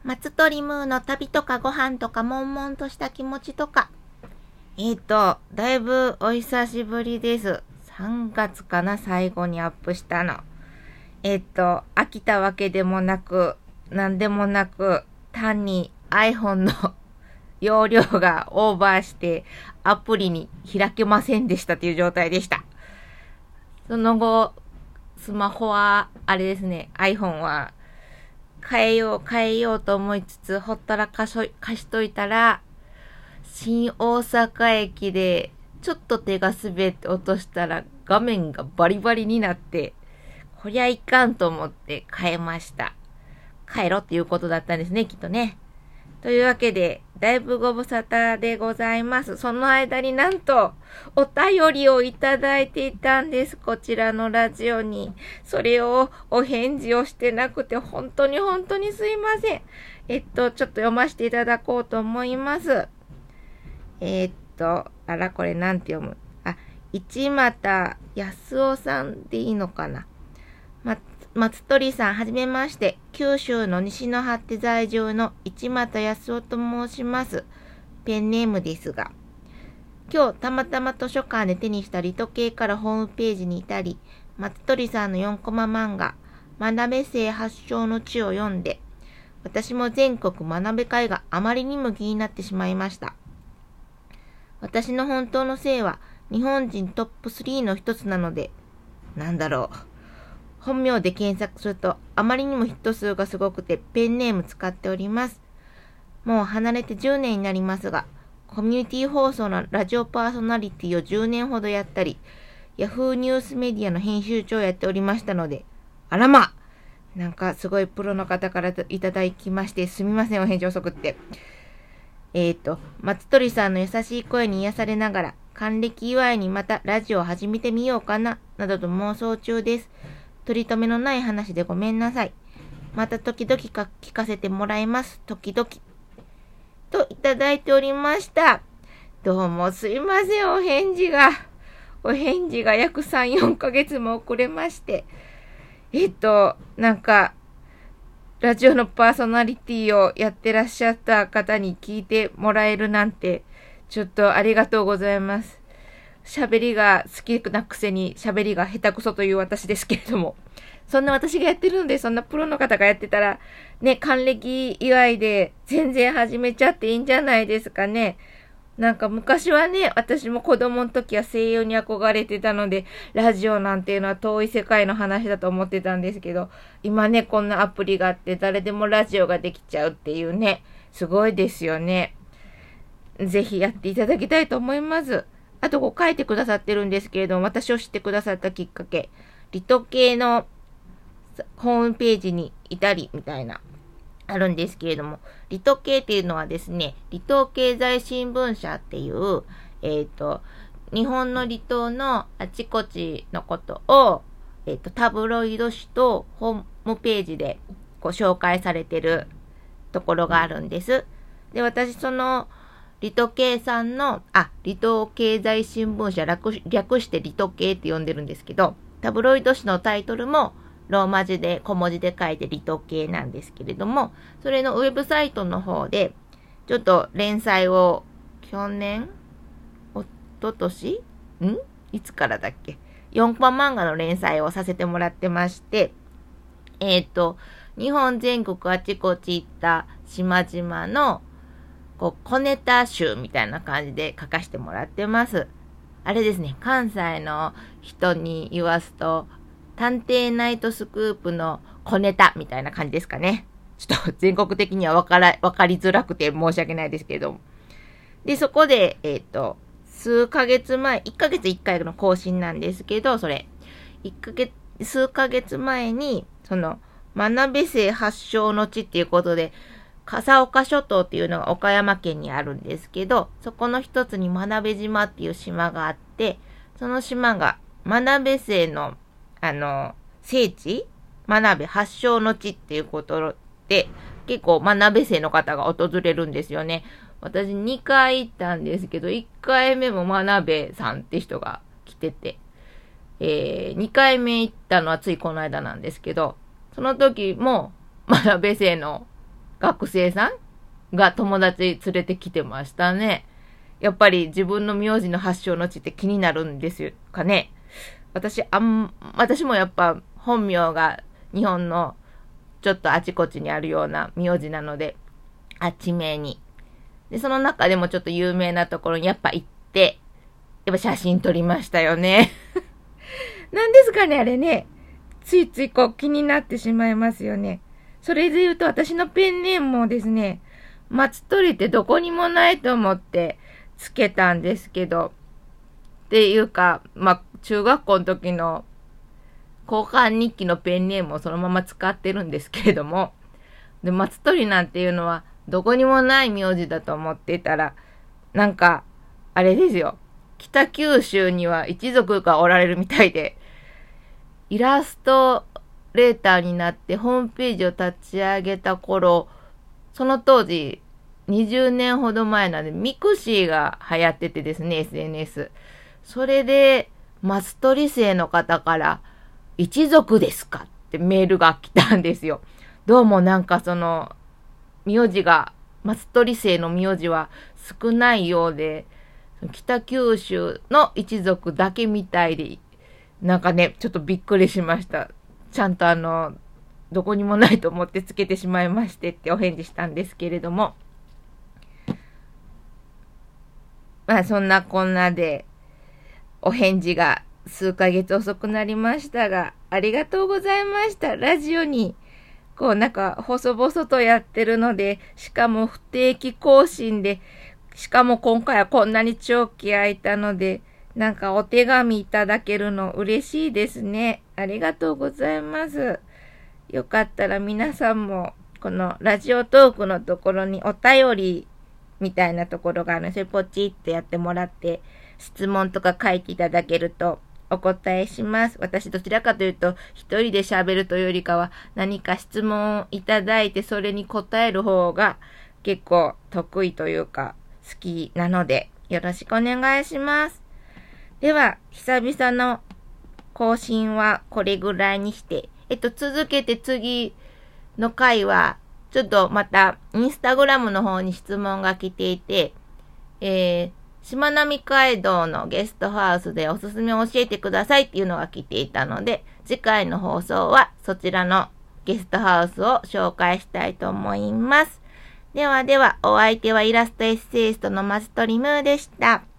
松鳥ムーの旅とかご飯とか悶々とした気持ちとか。だいぶお久しぶりです。3月かな、最後にアップしたの。飽きたわけでもなく、なんでもなく、単に iPhone の容量がオーバーしてアプリに開けませんでしたという状態でした。その後、スマホは、あれですね、iPhone は変えようと思いつつ、ほったらかしといたら、新大阪駅でちょっと手が滑って落としたら画面がバリバリになって、こりゃいかんと思って変えました。帰ろっていうことだったんですね、きっとね。というわけで、だいぶご無沙汰でございます。その間になんと、お便りをいただいていたんです。こちらのラジオに。それをお返事をしてなくて、本当にすいません。ちょっと読ませていただこうと思います。これなんて読む？市又康夫さんでいいのかな。松鳥さん、はじめまして。九州の西の果て在住の市又康夫と申します。ペンネームですが。今日、たまたま図書館で手にしたリト系からホームページに至り、松鳥さんの4コマ漫画、真鍋生発祥の地を読んで、私も全国真鍋会があまりにも気になってしまいました。私の本当の姓は日本人トップ3の一つなので、本名で検索するとあまりにもヒット数がすごくてペンネーム使っております。もう離れて10年になりますが、コミュニティ放送のラジオパーソナリティを10年ほどやったり、ヤフーニュースメディアの編集長をやっておりましたので、あらすごいプロの方からいただきまして、すみません、お返事遅くって。松鳥さんの優しい声に癒されながら、還暦祝いにまたラジオを始めてみようかな、などと妄想中です。取り留めのない話でごめんなさい。また時々聞かせてもらいます。時々。といただいておりました。どうもすいません、お返事が約3、4ヶ月も遅れまして。ラジオのパーソナリティをやってらっしゃった方に聞いてもらえるなんて、ちょっとありがとうございます。喋りが好きなくせに喋りが下手くそという私ですけれども、そんな私がやってるんで、そんなプロの方がやってたら、ね、還暦祝いで全然始めちゃっていいんじゃないですかね。昔はね、私も子供の時は声優に憧れてたので、ラジオなんていうのは遠い世界の話だと思ってたんですけど、今ね、こんなアプリがあって誰でもラジオができちゃうっていうね、すごいですよね。ぜひやっていただきたいと思います。あと、書いてくださってるんですけれども、私を知ってくださったきっかけ、リト系のホームページにいたりみたいな。あるんですけれども、離島系っていうのはですね、離島経済新聞社っていう、日本の離島のあちこちのことを、タブロイド紙とホームページでご紹介されてるところがあるんです。で、私その、離島系さんの、離島経済新聞社略して離島系って呼んでるんですけど、タブロイド紙のタイトルも、ローマ字で小文字で書いてリト系なんですけれども、それのウェブサイトの方で、ちょっと連載を去年いつからだっけ ?4 コマ漫画の連載をさせてもらってまして、日本全国あちこち行った島々の小ネタ集みたいな感じで書かせてもらってます。あれですね、関西の人に言わすと、探偵ナイトスクープの小ネタみたいな感じですかね。ちょっと全国的にはわかりづらくて申し訳ないですけれども。で、そこで、数ヶ月前、1ヶ月1回の更新なんですけど、それ、数ヶ月前に、真鍋生発祥の地っていうことで、笠岡諸島っていうのが岡山県にあるんですけど、そこの一つに真鍋島っていう島があって、その島が真鍋生の聖地真鍋発祥の地っていうことで、結構真鍋生の方が訪れるんですよね。私2回行ったんですけど、1回目も真鍋さんって人が来てて、2回目行ったのはついこの間なんですけど、その時も真鍋生の学生さんが友達連れてきてましたね。やっぱり自分の名字の発祥の地って気になるんですかね。私もやっぱ本名が日本のちょっとあちこちにあるような名字なので、地名に。で、その中でもちょっと有名なところにやっぱ行って、やっぱ写真撮りましたよね。なんですかね、あれね。ついついこう気になってしまいますよね。それで言うと私のペンネームもですね、松鳥ってどこにもないと思ってつけたんですけど、っていうか、中学校の時の交換日記のペンネームをそのまま使ってるんですけれども、で、松鳥なんていうのはどこにもない名字だと思ってたら、なんか、あれですよ。北九州には一族がおられるみたいで、イラストレーターになってホームページを立ち上げた頃、その当時、20年ほど前なんで、ミクシーが流行っててですね、SNS。それで、松鳥生の方から、一族ですかってメールが来たんですよ。どうもなんかその、名字が、松鳥生の名字は少ないようで、北九州の一族だけみたいで、なんかね、ちょっとびっくりしました。ちゃんとどこにもないと思ってつけてしまいましてってお返事したんですけれども。そんなこんなで、お返事が数ヶ月遅くなりましたが、ありがとうございました。ラジオに、こうなんか細々とやってるので、しかも不定期更新で、しかも今回はこんなに長期空いたので、なんかお手紙いただけるの嬉しいですね。ありがとうございます。よかったら皆さんも、このラジオトークのところにお便りみたいなところがあるので、それポチってやってもらって、質問とか書いていただけるとお答えします。私どちらかというと、一人で喋るというよりかは、何か質問をいただいて、それに答える方が結構得意というか、好きなので、よろしくお願いします。では、久々の更新はこれぐらいにして、続けて次の回は、ちょっとまた、インスタグラムの方に質問が来ていて、しまなみ海道のゲストハウスでおすすめを教えてくださいっていうのが来ていたので、次回の放送はそちらのゲストハウスを紹介したいと思います。ではでは、お相手はイラストエッセイストの松鳥ムーでした。